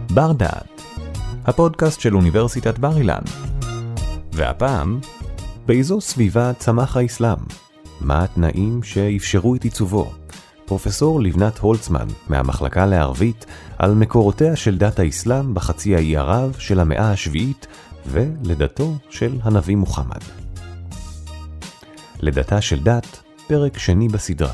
בר דעת, הפודקאסט של אוניברסיטת בר אילן. והפעם, באיזו סביבה צמח האסלאם? מה התנאים שאפשרו את עיצובו? פרופסור לבנת הולצמן מהמחלקה לערבית על מקורותיה של דת האסלאם בחצי האי ערב של המאה השביעית ולדתו של הנביא מוחמד. לדתה של דת, פרק שני בסדרה.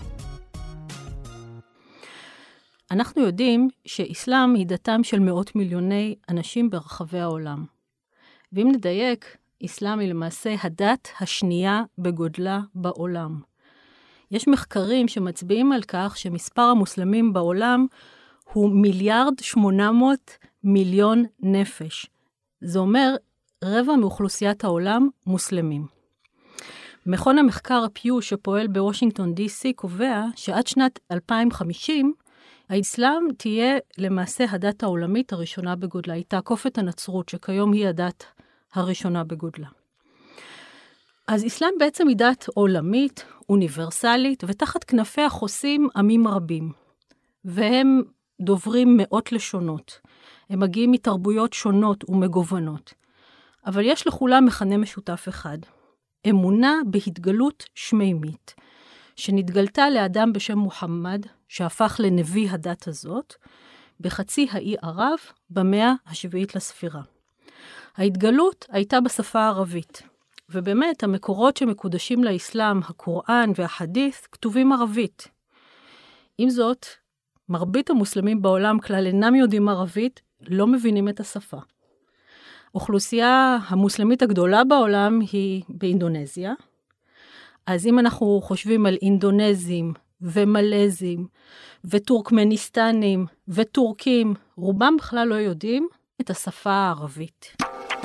אנחנו יודעים שאסלאם היא דתם של מאות מיליוני אנשים ברחבי העולם. ואם נדייק, אסלאם היא למעשה הדת השנייה בגודלה בעולם. יש מחקרים שמצביעים על כך שמספר המוסלמים בעולם הוא 1,800,000,000 נפש. זה אומר רבע מאוכלוסיית העולם מוסלמים. מכון המחקר פיו שפועל בוושינגטון DC קובע שעד שנת 2050 האסלאם תהיה למעשה הדת העולמית הראשונה בגודלה. היא תעקוף את הנצרות שכיום היא הדת הראשונה בגודלה. אז אסלאם בעצם היא דת עולמית, אוניברסלית, ותחת כנפיה חוסים עמים רבים. והם דוברים מאות לשונות. הם מגיעים מתרבויות שונות ומגוונות. אבל יש לכולם מכנה משותף אחד. אמונה בהתגלות שמימית, שנתגלתה לאדם בשם מוחמד, שהפך לנביא הדת הזאת, בחצי האי ערב במאה השביעית לספירה. ההתגלות הייתה בשפה הערבית, ובאמת המקורות שמקודשים לאסלאם, הקוראן והחדית' כתובים ערבית. עם זאת, מרבית המוסלמים בעולם כלל אינם יודעים ערבית, לא מבינים את השפה. האוכלוסייה המוסלמית הגדולה בעולם היא באינדונזיה. אז אם אנחנו חושבים על אינדונזים ומלזים וטורקמניסטנים וטורקים, רובם בכלל לא יודעים את השפה הערבית.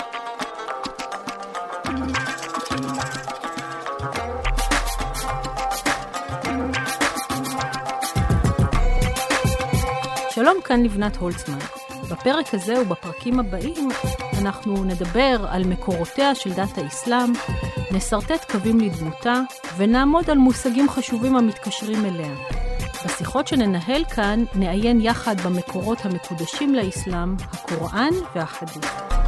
שלום, כאן לבנת הולצמן. בפרק הזה ובפרקים הבאים אנחנו נדבר על מקורותיה של דת האסלאם, נסרטט קווים לדמותה ונעמוד על מושגים חשובים המתקשרים אליה. בשיחות שננהל כאן נעיין יחד במקורות המקודשים לאסלאם, הקוראן והחדית'.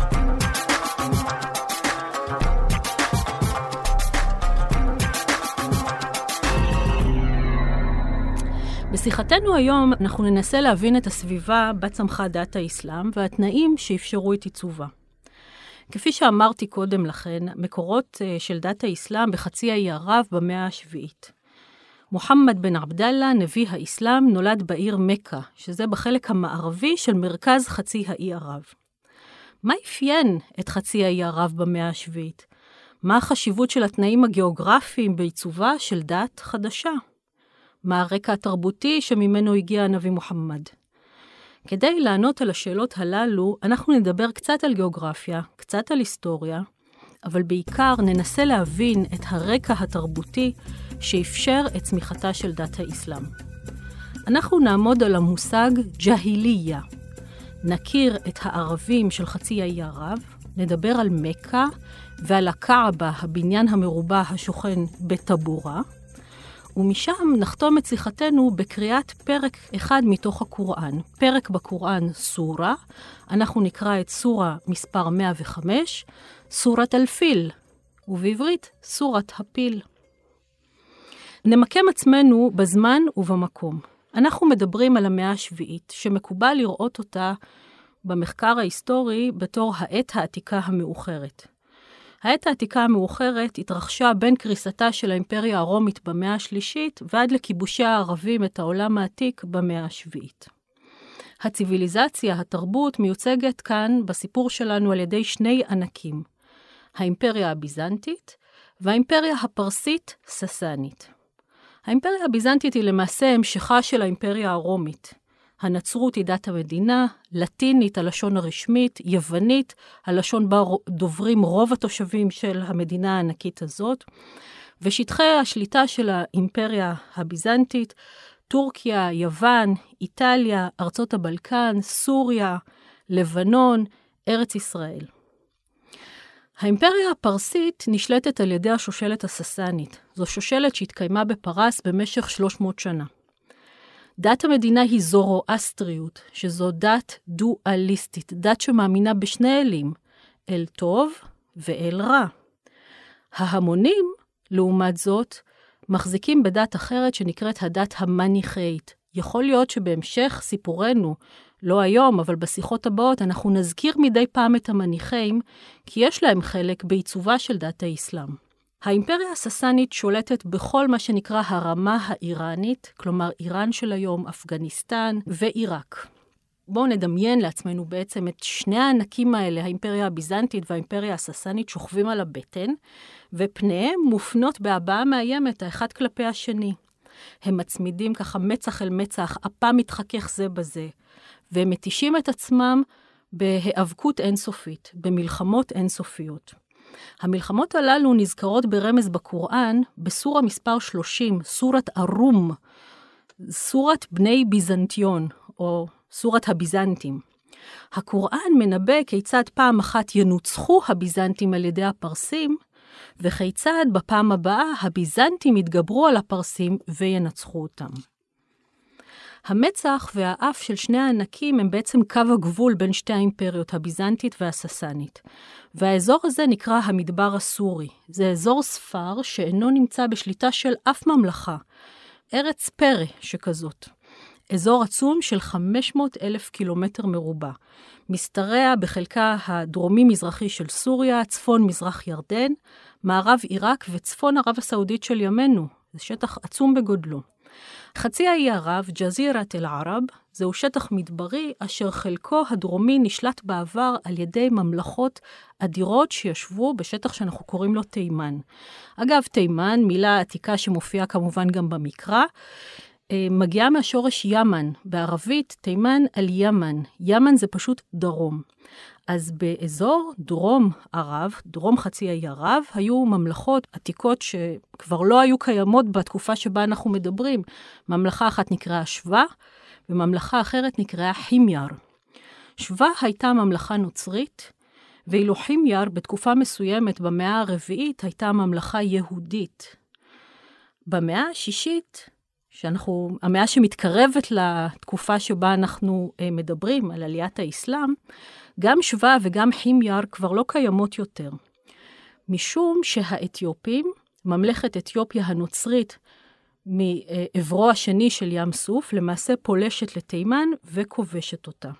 בשיחתנו היום אנחנו ננסה להבין את הסביבה בה צמחה דת האסלאם והתנאים שאפשרו את עיצובה. כפי שאמרתי קודם לכן, מקורות של דת האסלאם בחצי האי ערב במאה השביעית. מוחמד בן עבדאללה, נביא האסלאם, נולד בעיר מקה, שזה בחלק המערבי של מרכז חצי האי ערב. מה אפיין את חצי האי ערב במאה השביעית? מה החשיבות של התנאים הגיאוגרפיים בעיצובה של דת חדשה? מה הרקע התרבותי שממנו הגיע הנביא מוחמד? כדי לענות על השאלות הללו, אנחנו נדבר קצת על גיאוגרפיה, קצת על היסטוריה, אבל בעיקר ננסה להבין את הרקע התרבותי שאפשר את צמיחתה של דת האסלאם. אנחנו נעמוד על המושג ג'היליה. נכיר את הערבים של חצי האי ערב, נדבר על מקה ועל הקעבה, הבניין המרובע השוכן בטבורה, ומשם נחתום את שיחתנו בקריאת פרק אחד מתוך הקוראן. פרק בקוראן סורה, אנחנו נקרא את סורה מספר 105, סורת אל-פיל, ובעברית סורת הפיל. נמקם עצמנו בזמן ובמקום. אנחנו מדברים על המאה השביעית, שמקובל לראות אותה במחקר ההיסטורי בתור העת העתיקה המאוחרת. העת העתיקה המאוחרת התרחשה בין קריסתה של האימפריה הרומית במאה השלישית ועד לכיבושי הערבים את העולם העתיק במאה השביעית. הציביליזציה, התרבות, מיוצגת כאן בסיפור שלנו על ידי שני ענקים, האימפריה הביזנטית והאימפריה הפרסית ססנית. האימפריה הביזנטית היא למעשה המשכה של האימפריה הרומית. הנצרות היא דת המדינה, לטינית, הלשון הרשמית, יוונית, הלשון בה דוברים רוב התושבים של המדינה הענקית הזאת, ושטחי השליטה של האימפריה הביזנטית, טורקיה, יוון, איטליה, ארצות הבלקן, סוריה, לבנון, ארץ ישראל. האימפריה הפרסית נשלטת על ידי השושלת הססנית. זו שושלת שהתקיימה בפרס במשך 300 שנה. דת המדינה היא זורואסטריות, שזו דת דואליסטית, דת שמאמינה בשני אלים, אל טוב ואל רע. ההמונים, לעומת זאת, מחזיקים בדת אחרת שנקראת הדת המניכאית. יכול להיות שבהמשך סיפורנו, לא היום, אבל בשיחות הבאות, אנחנו נזכיר מדי פעם את המניכאים, כי יש להם חלק בעיצובה של דת האסלאם. האימפריה הססנית שולטת בכל מה שנקרא הרמה האיראנית, כלומר איראן של היום, אפגניסטן ועיראק. בואו נדמיין לעצמנו בעצם את שני הענקים האלה, האימפריה הביזנטית והאימפריה הססנית, שוכבים על הבטן, ופניהם מופנות בהבעה מאיימת האחד כלפי השני. הם מצמידים ככה מצח אל מצח, אפם מתחכך זה בזה, והם מתישים את עצמם בהיאבקות אינסופית, במלחמות אינסופיות. המלחמות הללו נזכרות ברמז בקוראן, בסורה מספר 30, סורת הרום, סורת בני ביזנטיון, או סורת הביזנטים. הקוראן מנבא כיצד פעם אחת ינוצחו הביזנטים על ידי הפרסים, וכיצד בפעם הבאה הביזנטים יתגברו על הפרסים וינצחו אותם. המצח והאף של שני הענקים הם בעצם קו הגבול בין שתי האימפריות, הביזנטית והססנית. והאזור הזה נקרא המדבר הסורי. זה אזור ספר שאינו נמצא בשליטה של אף ממלכה. ארץ פרא שכזאת. אזור עצום של 500,000 קילומטר מרובע. משתרע בחלקה הדרומי-מזרחי של סוריה, צפון-מזרח ירדן, מערב עיראק וצפון ערב הסעודית של ימינו. זה שטח עצום בגודלו. חצי האי ערב, ג'זירת אל-ערב, זהו שטח מדברי אשר חלקו הדרומי נשלט בעבר על ידי ממלכות אדירות שישבו בשטח שאנחנו קוראים לו תימן. אגב, תימן, מילה עתיקה שמופיעה כמובן גם במקרא, מגיעה מהשורש ימן. בערבית, תימן על ימן. ימן זה פשוט דרום. אז באזור דרום ערב, דרום חצי האי ערב, היו ממלכות עתיקות שכבר לא היו קיימות בתקופה שבה אנחנו מדברים. ממלכה אחת נקראה שווה, וממלכה אחרת נקראה חימייר. שווה הייתה ממלכה נוצרית, ואילו חימייר בתקופה מסוימת במאה הרביעית הייתה ממלכה יהודית. במאה השישית, המאה שמתקרבת לתקופה שבה אנחנו מדברים על עליית האסלאם, גם שווה וגם חימייר כבר לא קיימות יותר. משום שהאתיופים, ממלכת אתיופיה הנוצרית מעברו השני של ים סוף, למעשה פולשת לתימן וכובשת אותה.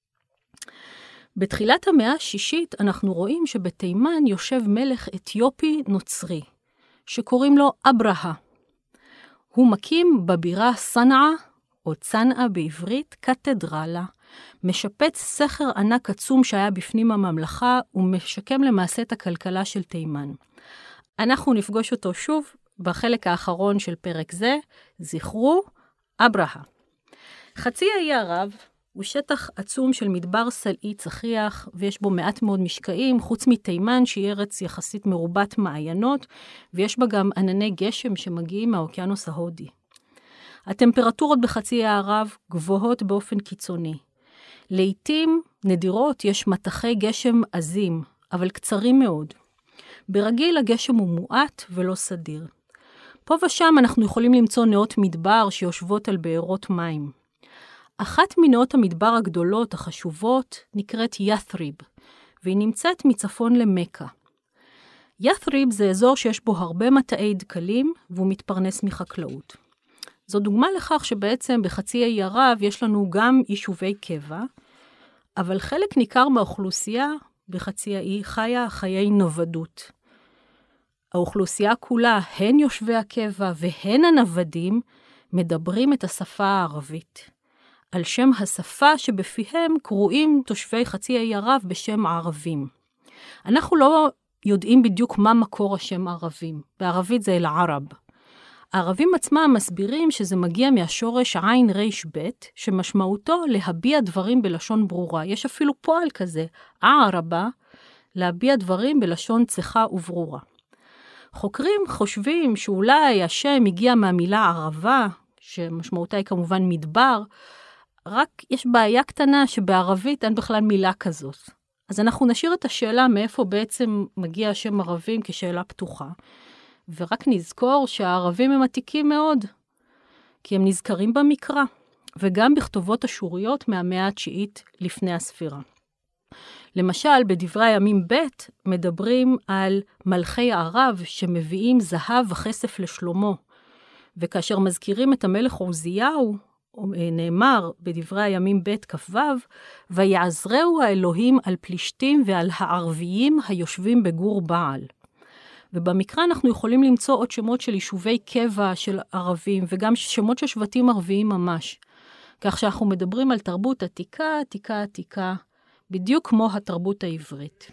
בתחילת המאה השישית אנחנו רואים שבתימן יושב מלך אתיופי נוצרי, שקוראים לו אברהה. הוא מקים בבירה סנעה, או צנעה בעברית, קתדרלה, משפץ סכר ענק עצום שהיה בפנים הממלכה, ומשקם למעשה את הכלכלה של תימן. אנחנו נפגוש אותו שוב בחלק האחרון של פרק זה, זכרו, אברהה. חצי האי ערב הוא שטח עצום של מדבר סלעי צחיח, ויש בו מעט מאוד משקעים, חוץ מתימן שהיא ארץ יחסית מרובת מעיינות, ויש בה גם ענני גשם שמגיעים מהאוקיינוס ההודי. הטמפרטורות בחצי האי ערב גבוהות באופן קיצוני. לעתים נדירות יש מטחי גשם עזים, אבל קצרים מאוד. ברגיל הגשם הוא מועט ולא סדיר. פה ושם אנחנו יכולים למצוא נאות מדבר שיושבות על בארות מים. אחת מנאות המדבר הגדולות החשובות נקראת ית'ריב, והיא נמצאת מצפון למכה. ית'ריב זה אזור שיש בו הרבה מטעי דקלים, והוא מתפרנס מחקלאות. זו דוגמה לכך שבעצם בחצי האי ערב יש לנו גם יישובי קבע, אבל חלק ניכר מהאוכלוסייה בחצי האי חיה חיי נוודות. האוכלוסייה כולה, הן יושבי הקבע והן הנוודים, מדברים את השפה הערבית. על שם השפה שבפיהם קרואים תושבי חצי האי ערב בשם ערבים. אנחנו לא יודעים בדיוק מה מקור השם ערבים. בערבית זה אל-ערב. הערבים עצמם מסבירים שזה מגיע מהשורש עין ריש בית, שמשמעותו להביע דברים בלשון ברורה. יש אפילו פועל כזה, ערבה, להביע דברים בלשון צחה וברורה. חוקרים חושבים שאולי השם הגיע מהמילה ערבה, שמשמעותה היא כמובן מדבר, רק יש בעיה קטנה שבערבית אין בכלל מילה כזאת. אז אנחנו נשאיר את השאלה מאיפה בעצם מגיע השם ערבים כשאלה פתוחה. ורק נזכור שהערבים הם עתיקים מאוד, כי הם נזכרים במקרא. וגם בכתובות אשוריות מהמאה התשיעית לפני הספירה. למשל, בדברי הימים ב' מדברים על מלכי ערב שמביאים זהב וכסף לשלמה, וכאשר מזכירים את המלך עוזיהו, נאמר בדברי הימים ב' כ"ו, ויעזרהו האלוהים על פלישתים ועל הערביים היושבים בגור בעל. ובמקרא אנחנו יכולים למצוא עוד שמות של יישובי קבע של ערבים, וגם שמות של שבטים ערביים ממש. כך שאנחנו מדברים על תרבות עתיקה, עתיקה, עתיקה, בדיוק כמו התרבות העברית.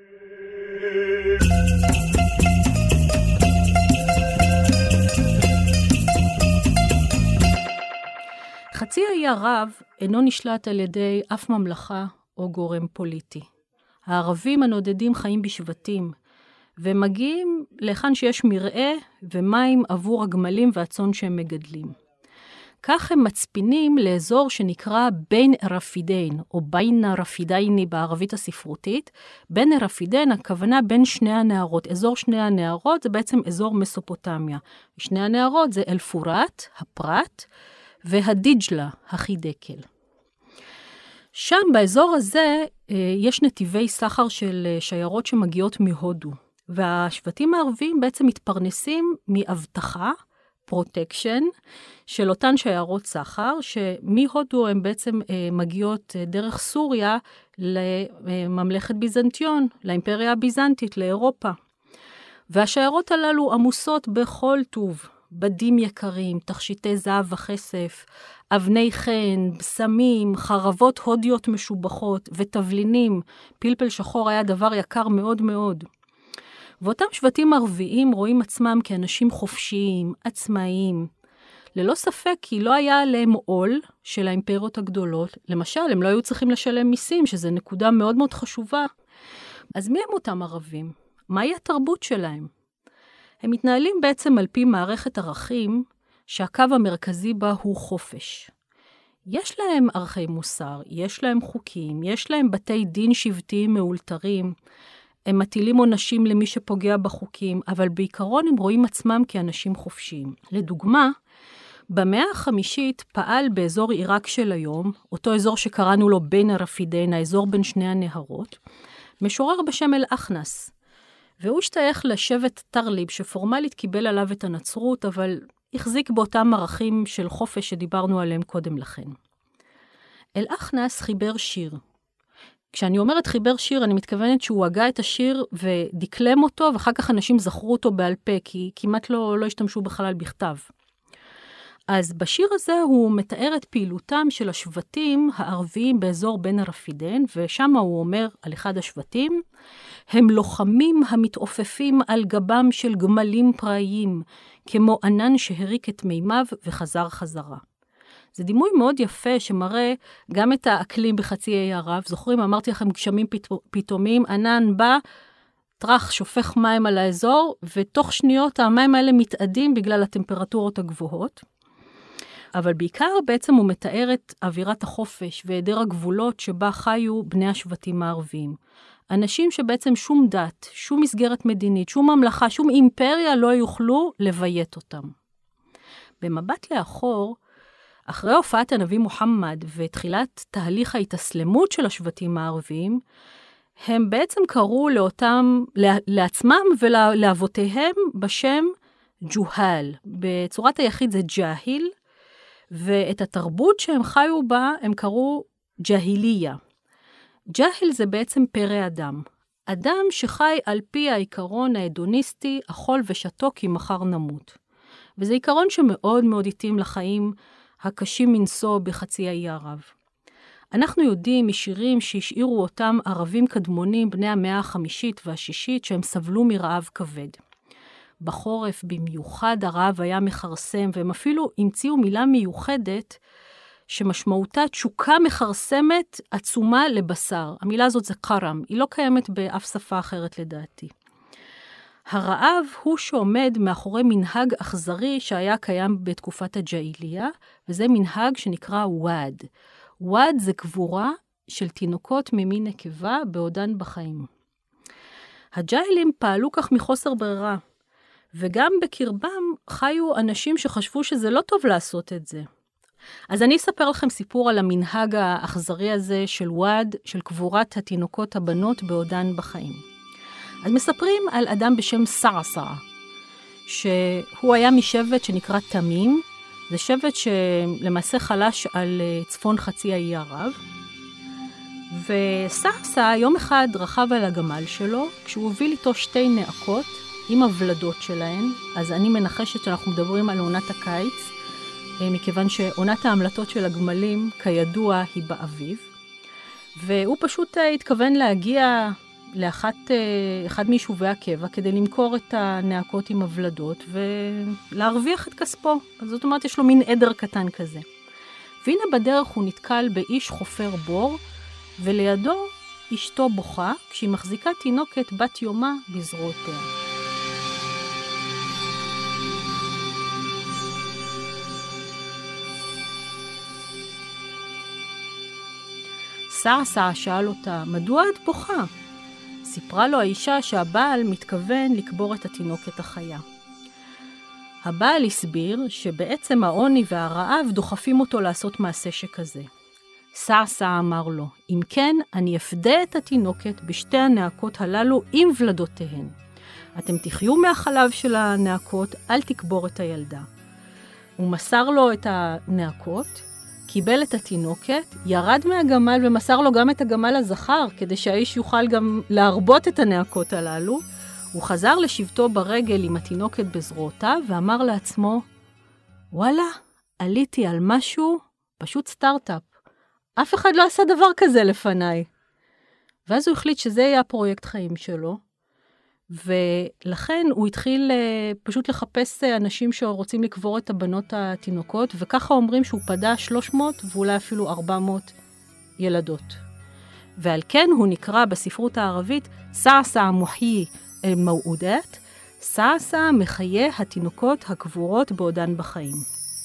חצי האי ערב אינו נשלט על ידי אף ממלכה או גורם פוליטי. הערבים הנודדים חיים בשבטים, והם מגיעים להיכן שיש מרעה ומים עבור הגמלים והצאן שהם מגדלים. כך הם מצפינים לאזור שנקרא בין רפידיין, או בין רפידייני בערבית הספרותית. בין רפידיין, הכוונה בין שני הנהרות. אזור שני הנהרות זה בעצם אזור מסופוטמיה. שני הנהרות זה אל-פורט, הפרת, והדיג'לה, החידקל. שם, באזור הזה, יש נתיבי סחר של שיירות שמגיעות מהודו. והשבטים הערביים בעצם מתפרנסים מאבטחה, פרוטקשן, של אותן שיירות סחר, שמהודו הן בעצם מגיעות דרך סוריה לממלכת ביזנטיון, לאימפריה הביזנטית, לאירופה. והשיירות הללו עמוסות בכל טוב, בדים יקרים, תכשיטי זהב וכסף, אבני חן, בסמים, חרבות הודיות משובחות ותבלינים. פלפל שחור היה דבר יקר מאוד מאוד. ואותם שבטים ערביים רואים עצמם כאנשים חופשיים, עצמאיים. ללא ספק כי לא היה עליהם עול של האימפריות הגדולות. למשל, הם לא היו צריכים לשלם מיסים, שזו נקודה מאוד מאוד חשובה. אז מי הם אותם ערבים? מהי התרבות שלהם? הם מתנהלים בעצם על פי מערכת ערכים שהקו המרכזי בה הוא חופש. יש להם ערכי מוסר, יש להם חוקים, יש להם בתי דין שבטיים מאולתרים, הם מטילים עונשים למי שפוגע בחוקים, אבל בעיקרון הם רואים עצמם כאנשים חופשיים. לדוגמה, במאה החמישית פעל באזור עיראק של היום, אותו אזור שקראנו לו בין הרפידין, האזור בין שני הנהרות, משורר בשם אל-אחנס, והוא השתייך לשבט תרליב שפורמלית קיבל עליו את הנצרות, אבל החזיק באותם ערכים של חופש שדיברנו עליהם קודם לכן. אל-אחנס חיבר שיר. כשאני אומרת חיבר שיר, אני מתכוונת שהוא הגה את השיר ודקלם אותו, ואחר כך אנשים זכרו אותו בעל פה, כי כמעט לא השתמשו בכלל בכתב. אז בשיר הזה הוא מתאר את פעילותם של השבטים הערביים באזור בין הרפידין, ושם הוא אומר על אחד השבטים, הם לוחמים המתעופפים על גבם של גמלים פראיים, כמו ענן שהריק את מימיו וחזר חזרה. זה דימוי מאוד יפה שמראה גם את האקלים בחצי האי ערב. זוכרים, אמרתי לכם גשמים פתאומיים, ענן בא, טרח, שופך מים על האזור, ותוך שניות המים האלה מתאדים בגלל הטמפרטורות הגבוהות. אבל בעיקר בעצם הוא מתאר את אווירת החופש והיעדר הגבולות שבה חיו בני השבטים הערביים. אנשים שבעצם שום דת, שום מסגרת מדינית, שום ממלכה, שום אימפריה לא יוכלו לביית אותם. במבט לאחור, אחרי הופעת הנביא מוחמד ותחילת תהליך ההתאסלמות של השבטים הערביים, הם בעצם קראו לעצמם ולאבותיהם בשם ג'והל. בצורת היחיד זה ג'אהיל, ואת התרבות שהם חיו בה הם קראו ג'היליה. ג'אהיל זה בעצם פרא אדם. אדם שחי על פי העיקרון ההדוניסטי, אכול ושתו כי מחר נמות. וזה עיקרון שמאוד מאוד התאים לחיים הקשים מנשוא בחצי האי ערב. אנחנו יודעים משירים שהשאירו אותם ערבים קדמונים בני המאה החמישית והשישית שהם סבלו מרעב כבד. בחורף במיוחד הרעב היה מחרסם, והם אפילו המציאו מילה מיוחדת שמשמעותה תשוקה מחרסמת עצומה לבשר. המילה הזאת זה קרם, היא לא קיימת באף שפה אחרת לדעתי. הרעב הוא שעומד מאחורי מנהג אכזרי שהיה קיים בתקופת הג'איליה, וזה מנהג שנקרא וואד. וואד זה קבורה של תינוקות ממין נקבה בעודן בחיים. הג'אילים פעלו כך מחוסר ברירה, וגם בקרבם חיו אנשים שחשבו שזה לא טוב לעשות את זה. אז אני אספר לכם סיפור על המנהג האכזרי הזה של וואד, של קבורת התינוקות הבנות בעודן בחיים. אז מספרים על אדם בשם סעסע, שהוא היה משבט שנקרא תמים, זה שבט שלמעשה חלש על צפון חצי האי ערב, וסעסע יום אחד רכב על הגמל שלו, כשהוא הוביל איתו 2 נעקות עם הוולדות שלהן. אז אני מנחשת שאנחנו מדברים על עונת הקיץ, מכיוון שעונת ההמלטות של הגמלים, כידוע, היא באביב. והוא פשוט התכוון להגיע לאחד מיישובי הקבע, כדי למכור את הנעקות עם הוולדות, ולהרוויח את כספו. אז זאת אומרת, יש לו מין עדר קטן כזה. והנה בדרך הוא נתקל באיש חופר בור, ולידו אשתו בוכה, כשהיא מחזיקה תינוקת בת יומה בזרועותיה. סעסע שאל אותה, מדוע את בוכה? סיפרה לו האישה שהבעל מתכוון לקבור את התינוקת החיה. הבעל הסביר שבעצם העוני והרעב דוחפים אותו לעשות מעשה שכזה. סעסע אמר לו, אם כן, אני אפדה את התינוקת בשתי הנעקות הללו עם ולדותיהן. אתם תחיו מהחלב של הנעקות, אל תקבור את הילדה. הוא מסר לו את הנעקות, קיבל את התינוקת, ירד מהגמל ומסר לו גם את הגמל הזכר, כדי שהאיש יוכל גם להרבות את הנעקות הללו. הוא חזר לשבטו ברגל עם התינוקת בזרועותיו, ואמר לעצמו, וואלה, עליתי על משהו, פשוט סטארט-אפ. אף אחד לא עשה דבר כזה לפניי. ואז הוא החליט שזה יהיה הפרויקט חיים שלו, ולכן הוא התחיל פשוט לחפש אנשים שרוצים לקבור את הבנות התינוקות, וככה אומרים שהוא פדה 300 ואולי אפילו 400 ילדות. ועל כן הוא נקרא בספרות הערבית סעסע מוחי אל-מו'ודאת, סעסע מחיי התינוקות הקבורות בעודן בחיים.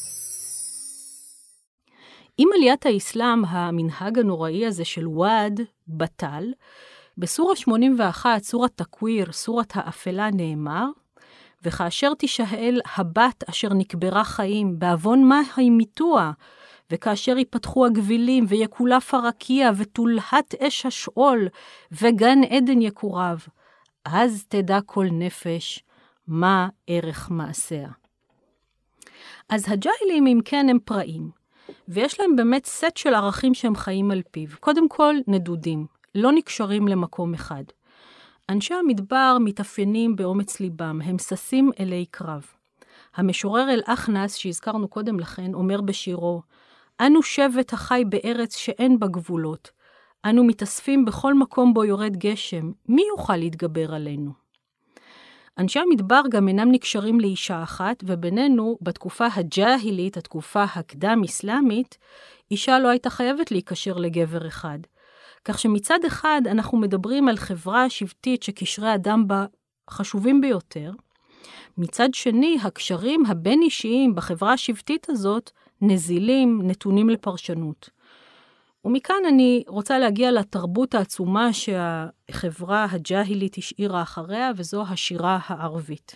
עם עליית האסלאם, המנהג הנוראי הזה של וואד בטל, בסורה 81, סורת תקוויר, סורת האפלה נאמר, וכאשר תשאל הבת אשר נקברה חיים, בעוון מה הימיתוה, וכאשר ייפתחו הגבילים, ויקולף הרקיע, ותולהט אש השאול, וגן עדן יקורב, אז תדע כל נפש מה ערך מעשיה. אז הג'אילים, אם כן, הם פראים, ויש להם באמת סט של ערכים שהם חיים על פיו. קודם כל, נדודים. לא נקשרים למקום אחד. אנשי המדבר מתאפיינים באומץ ליבם, הם ססים אלי קרב. המשורר אל-אחנס, שהזכרנו קודם לכן, אומר בשירו, אנו שבט החי בארץ שאין בה גבולות. אנו מתאספים בכל מקום בו יורד גשם. מי יוכל להתגבר עלינו? אנשי המדבר גם אינם נקשרים לאישה אחת, ובינינו, בתקופה הג'אהילית, התקופה הקדם-אסלאמית, אישה לא הייתה חייבת להיקשר לגבר אחד. כך שמצד אחד אנחנו מדברים על חברה שבטית שקשרי אדם בה חשובים ביותר. מצד שני, הקשרים הבין-אישיים בחברה השבטית הזאת נזילים, נתונים לפרשנות. ומכאן אני רוצה להגיע לתרבות העצומה שהחברה הג'אהילית השאירה אחריה, וזו השירה הערבית.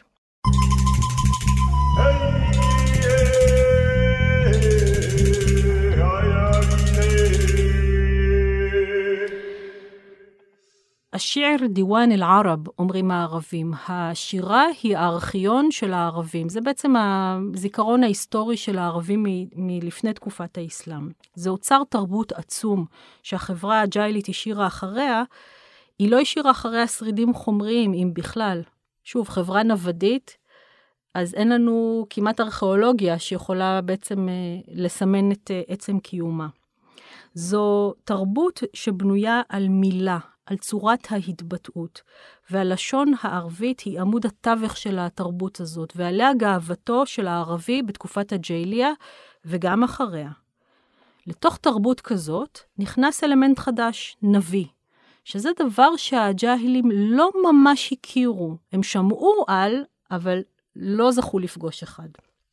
השיר דיוואן אל-ערב, אומרים הערבים. השירה היא הארכיון של הערבים. זה בעצם הזיכרון ההיסטורי של הערבים מלפני תקופת האסלאם. זה אוצר תרבות עצום שהחברה הג'אהילית השאירה אחריה. היא לא השאירה אחריה שרידים חומריים, אם בכלל. שוב, חברה נוודית, אז אין לנו כמעט ארכיאולוגיה שיכולה בעצם לסמן את עצם קיומה. זו תרבות שבנויה על מילה, על צורת ההתבטאות, והלשון הערבית היא עמוד התווך של התרבות הזאת, ועליה גאוותו של הערבי בתקופת הג'אהיליה וגם אחריה. לתוך תרבות כזאת נכנס אלמנט חדש, נביא, שזה דבר שהג'אהילים לא ממש הכירו, הם שמעו על, אבל לא זכו לפגוש אחד.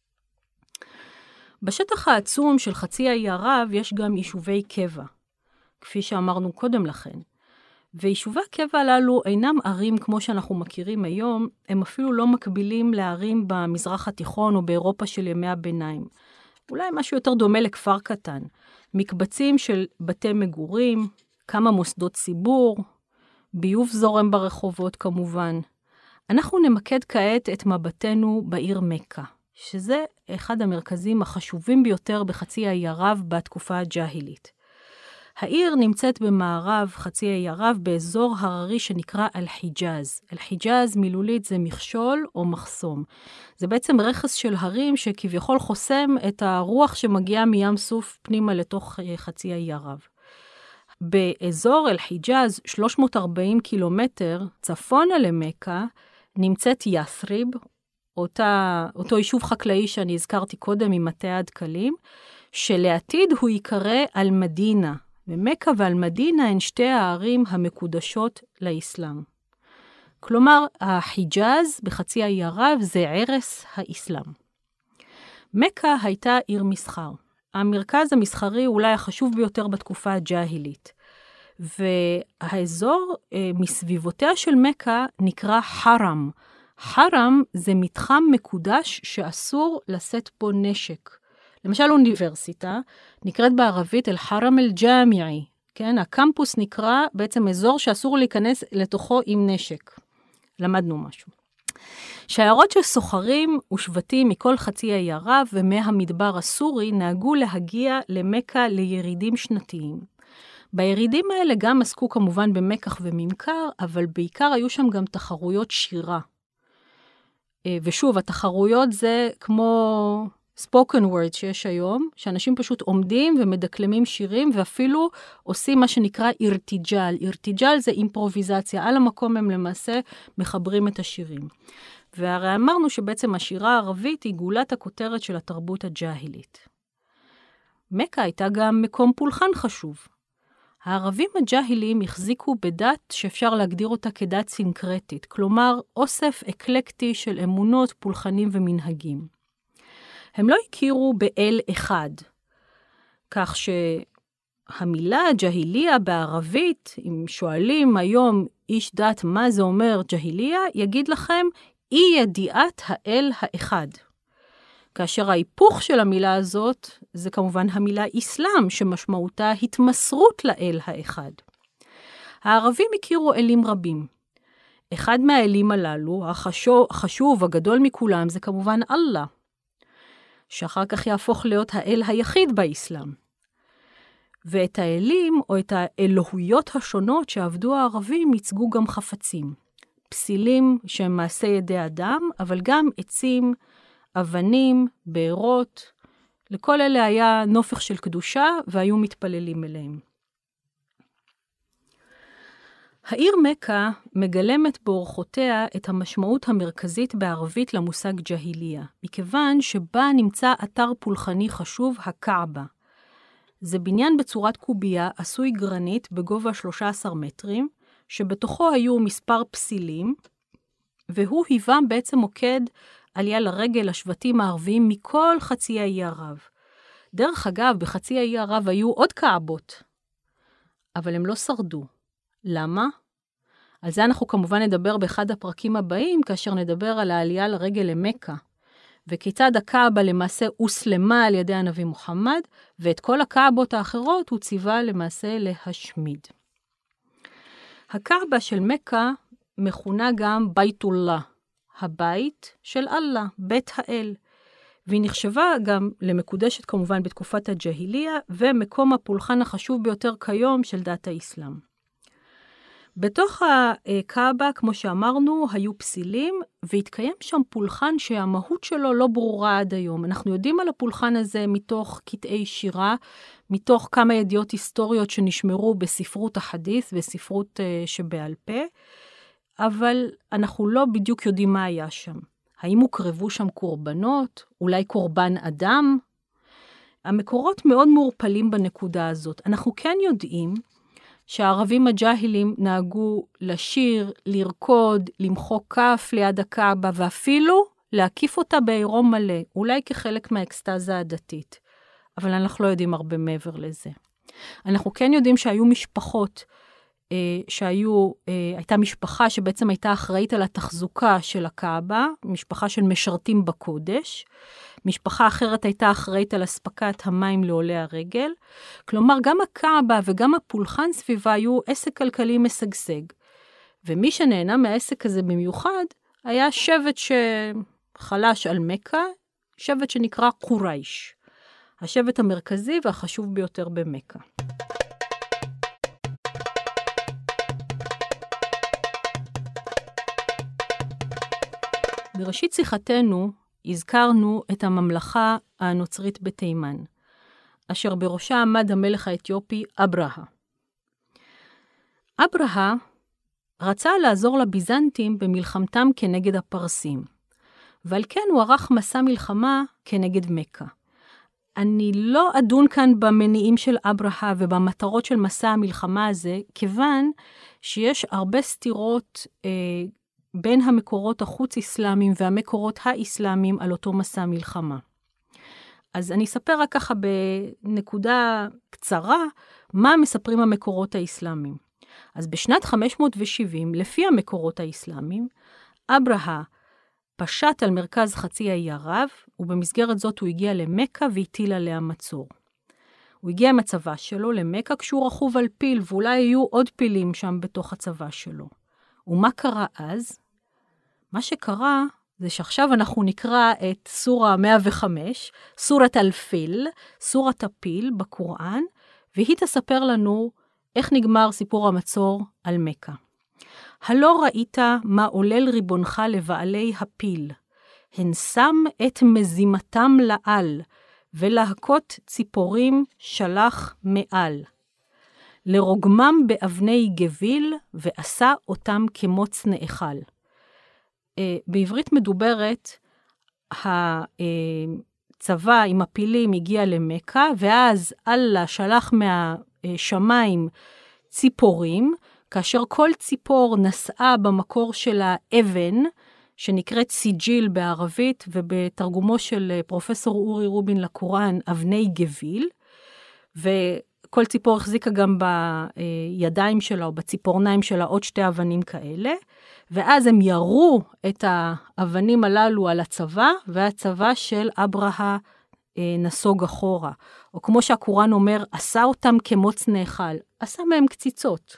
בשטח העצום של חצי האי ערב יש גם יישובי קבע, כפי שאמרנו קודם לכן. ויישובי הקבע הללו אינם ערים כמו שאנחנו מכירים היום, הם אפילו לא מקבילים לערים במזרח התיכון או באירופה של ימי הביניים. אולי משהו יותר דומה לכפר קטן. מקבצים של בתי מגורים, כמה מוסדות ציבור, ביוב זורם ברחובות כמובן. אנחנו נמקד כעת את מבטנו בעיר מכה, שזה אחד המרכזים החשובים ביותר בחצי האי ערב בתקופה הג'אהילית. העיר נמצאת במערב חצי האי ערב באזור הררי שנקרא אל-חיג'אז. אל-חיג'אז מילולית זה מכשול או מחסום. זה בעצם רכס של הרים שכביכול חוסם את הרוח שמגיעה מים סוף פנימה לתוך חצי האי ערב. באזור אל-חיג'אז, 340 קילומטר צפונה למכה, נמצאת ית'ריב, אותו יישוב חקלאי שאני הזכרתי קודם עם מטה הדקלים, שלעתיד הוא יקרא אל-מדינה. ומכה ואל-מדינה הן שתי הערים המקודשות לאסלאם. כלומר, החיג'אז בחצי האי ערב זה ערש האסלאם. מכה הייתה עיר מסחר. המרכז המסחרי אולי החשוב ביותר בתקופה הג'אהילית. והאזור מסביבותיה של מכה נקרא חרם. חרם זה מתחם מקודש שאסור לשאת בו נשק. למשל אוניברסיטה נקראת בערבית אל-חרם אל-ג'אמיעי. כן, הקמפוס נקרא בעצם אזור שאסור להיכנס לתוכו עם נשק. למדנו משהו. שיירות של סוחרים ושבטים מכל חצי האי ערב ומהמדבר הסורי נהגו להגיע למכה לירידים שנתיים. בירידים האלה גם עסקו כמובן במקח וממכר, אבל בעיקר היו שם גם תחרויות שירה. ושוב, התחרויות זה כמו spoken word שיש היום, שאנשים פשוט עומדים ומדקלמים שירים, ואפילו עושים מה שנקרא אירטיג'ל. אירטיג'ל זה אימפרוביזציה. על המקום הם למעשה מחברים את השירים. והרי אמרנו שבעצם השירה הערבית היא גולת הכותרת של התרבות הג'אהילית. מכה הייתה גם מקום פולחן חשוב. הערבים הג'אהיליים החזיקו בדת שאפשר להגדיר אותה כדת סינקרטית, כלומר אוסף אקלקטי של אמונות, פולחנים ומנהגים. הם לא הכירו באל אחד, כך שהמילה ג'היליה בערבית, אם שואלים היום איש דת מה זה אומר ג'היליה, יגיד לכם אי ידיעת האל האחד. כאשר ההיפוך של המילה הזאת זה כמובן המילה אסלאם, שמשמעותה התמסרות לאל האחד. הערבים הכירו אלים רבים. אחד מהאלים הללו, החשוב, הגדול מכולם, זה כמובן אללה, שאחר כך יהפוך להיות האל היחיד באסלאם. ואת האלים או את האלוהויות השונות שעבדו הערבים ייצגו גם חפצים. פסילים שהם מעשה ידי אדם, אבל גם עצים, אבנים, בארות. לכל אלה היה נופך של קדושה והיו מתפללים אליהם. העיר מכה מגלמת באורחותיה את המשמעות המרכזית בערבית למושג ג'היליה, מכיוון שבה נמצא אתר פולחני חשוב, הקעבה. זה בניין בצורת קובייה עשוי גרנית בגובה 13 מטרים, שבתוכו היו מספר פסילים, והוא היווה בעצם מוקד עלייה לרגל השבטים הערביים מכל חצי האי ערב. דרך אגב, בחצי האי ערב היו עוד קעבות, אבל הם לא שרדו. למה? על זה אנחנו כמובן נדבר באחד הפרקים הבאים, כאשר נדבר על העלייה לרגל למכה, וכיצד הקעבה למעשה הוסלמה על ידי הנביא מוחמד, ואת כל הקעבות האחרות הוא ציווה למעשה להשמיד. הקעבה של מכה מכונה גם ביתולlah, הבית של אללה, בית האל, והיא נחשבה גם למקודשת כמובן בתקופת הג'היליה, ומקום הפולחן החשוב ביותר כיום של דת האסלאם. בתוך הקעבה, כמו שאמרנו, היו פסילים, והתקיים שם פולחן שהמהות שלו לא ברורה עד היום. אנחנו יודעים על הפולחן הזה מתוך קטעי שירה, מתוך כמה ידיעות היסטוריות שנשמרו בספרות החדית' וספרות שבעל פה, אבל אנחנו לא בדיוק יודעים מה היה שם. האם הוקרבו שם קורבנות? אולי קורבן אדם? המקורות מאוד מעורפלים בנקודה הזאת. אנחנו כן יודעים שהערבים הג'אהילים נהגו לשיר, לרקוד, למחוא כף ליד הקעבה, ואפילו להקיף אותה בעירום מלא, אולי כחלק מהאקסטזה הדתית. אבל אנחנו לא יודעים הרבה מעבר לזה. אנחנו כן יודעים שהיו משפחות הייתה משפחה שבעצם הייתה אחראית על התחזוקה של הקאבה, משפחה של משרתים בקודש, משפחה אחרת הייתה אחראית על הספקת המים לעולי הרגל, כלומר גם הקאבה וגם הפולחן סביבה היו עסק כלכלי משגשג, ומי שנהנה מהעסק הזה במיוחד, היה שבט שחלש על מקה, שבט שנקרא קורייש, השבט המרכזי והחשוב ביותר במקה. בראשית שיחתנו הזכרנו את הממלכה הנוצרית בתימן, אשר בראשה עמד המלך האתיופי אברהה. אברהה רצה לעזור לביזנטים במלחמתם כנגד הפרסים, ועל כן הוא ערך מסע מלחמה כנגד מקה. אני לא אדון כאן במניעים של אברהה ובמטרות של מסע המלחמה הזה, כיוון שיש הרבה סתירות בין המקורות החוץ-אסלאמיים והמקורות האסלאמיים על אותו מסע מלחמה. אז אני אספר רק ככה בנקודה קצרה, מה מספרים המקורות האסלאמיים. אז בשנת 570, לפי המקורות האסלאמיים, אברהה פשט על מרכז חצי האי ערב, ובמסגרת זאת הוא הגיע למקה והטיל עליה מצור. הוא הגיע עם הצבא שלו למקה כשהוא רכוב על פיל, ואולי היו עוד פילים שם בתוך הצבא שלו. ומה קרה אז? מה שקרה זה שעכשיו אנחנו נקרא את סורה 105, סורת אל-פיל, סורת הפיל בקוראן, והיא תספר לנו איך נגמר סיפור המצור על מקה. הלא ראית מה עולל ריבונך לבעלי הפיל, הן שם את מזימתם לעל, ולהכות ציפורים שלח מעל. לרוגמם באבני גביל, ועשה אותם כמוץ נאכל. בעברית מדוברת, הצבא עם הפילים הגיע למקה, ואז אללה שלח מהשמיים ציפורים, כאשר כל ציפור נסעה במקור של האבן, שנקראת סיג'יל בערבית, ובתרגומו של פרופסור אורי רובין לקוראן, אבני גביל, וכל ציפור החזיקה גם בידיים שלה או בציפורניים שלה עוד שתי אבנים כאלה, ואז הם ירו את האבנים הללו על הצבא, והצבא של אברהה נסוג אחורה. או כמו שהקוראן אומר, עשה אותם כמוץ נאכל, עשה מהם קציצות.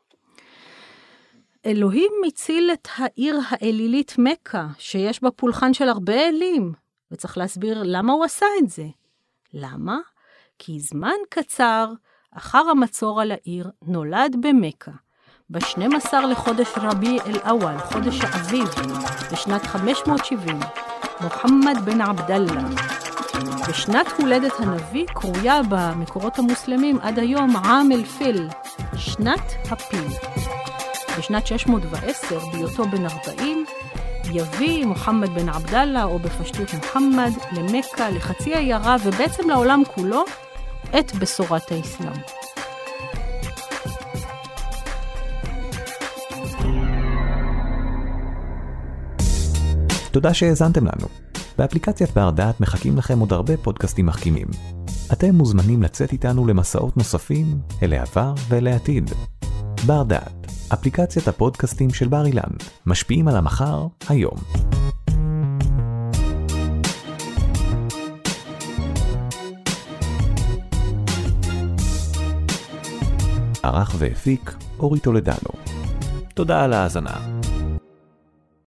אלוהים הציל את העיר האלילית מקה, שיש בה פולחן של הרבה אלים, וצריך להסביר למה הוא עשה את זה. למה? כי זמן קצר אחר המצור על העיר נולד במקה, ב-12 לחודש רביע אל-אוול, חודש האביב, בשנת 570, מוחמד בן עבדאללה. בשנת הולדת הנביא קרויה במקורות המוסלמים עד היום עם אל-פיל, שנת הפיל. בשנת 610, בהיותו בן 40, יביא מוחמד בן עבדאללה, או בפשטות מוחמד, למקה, לחצי האי ערב, ובעצם לעולם כולו, את בשורת האסלאם. תודה שהאזנתם לנו. באפליקציית בר דעת מחכים לכם עוד הרבה פודקאסטים מחכימים. אתם מוזמנים לצאת איתנו למסעות נוספים אל העבר ואל העתיד. בר דעת, אפליקציית הפודקאסטים של בר אילן, משפיעים על המחר היום. ערך והפיק אורי טולדנו. תודה על ההאזנה.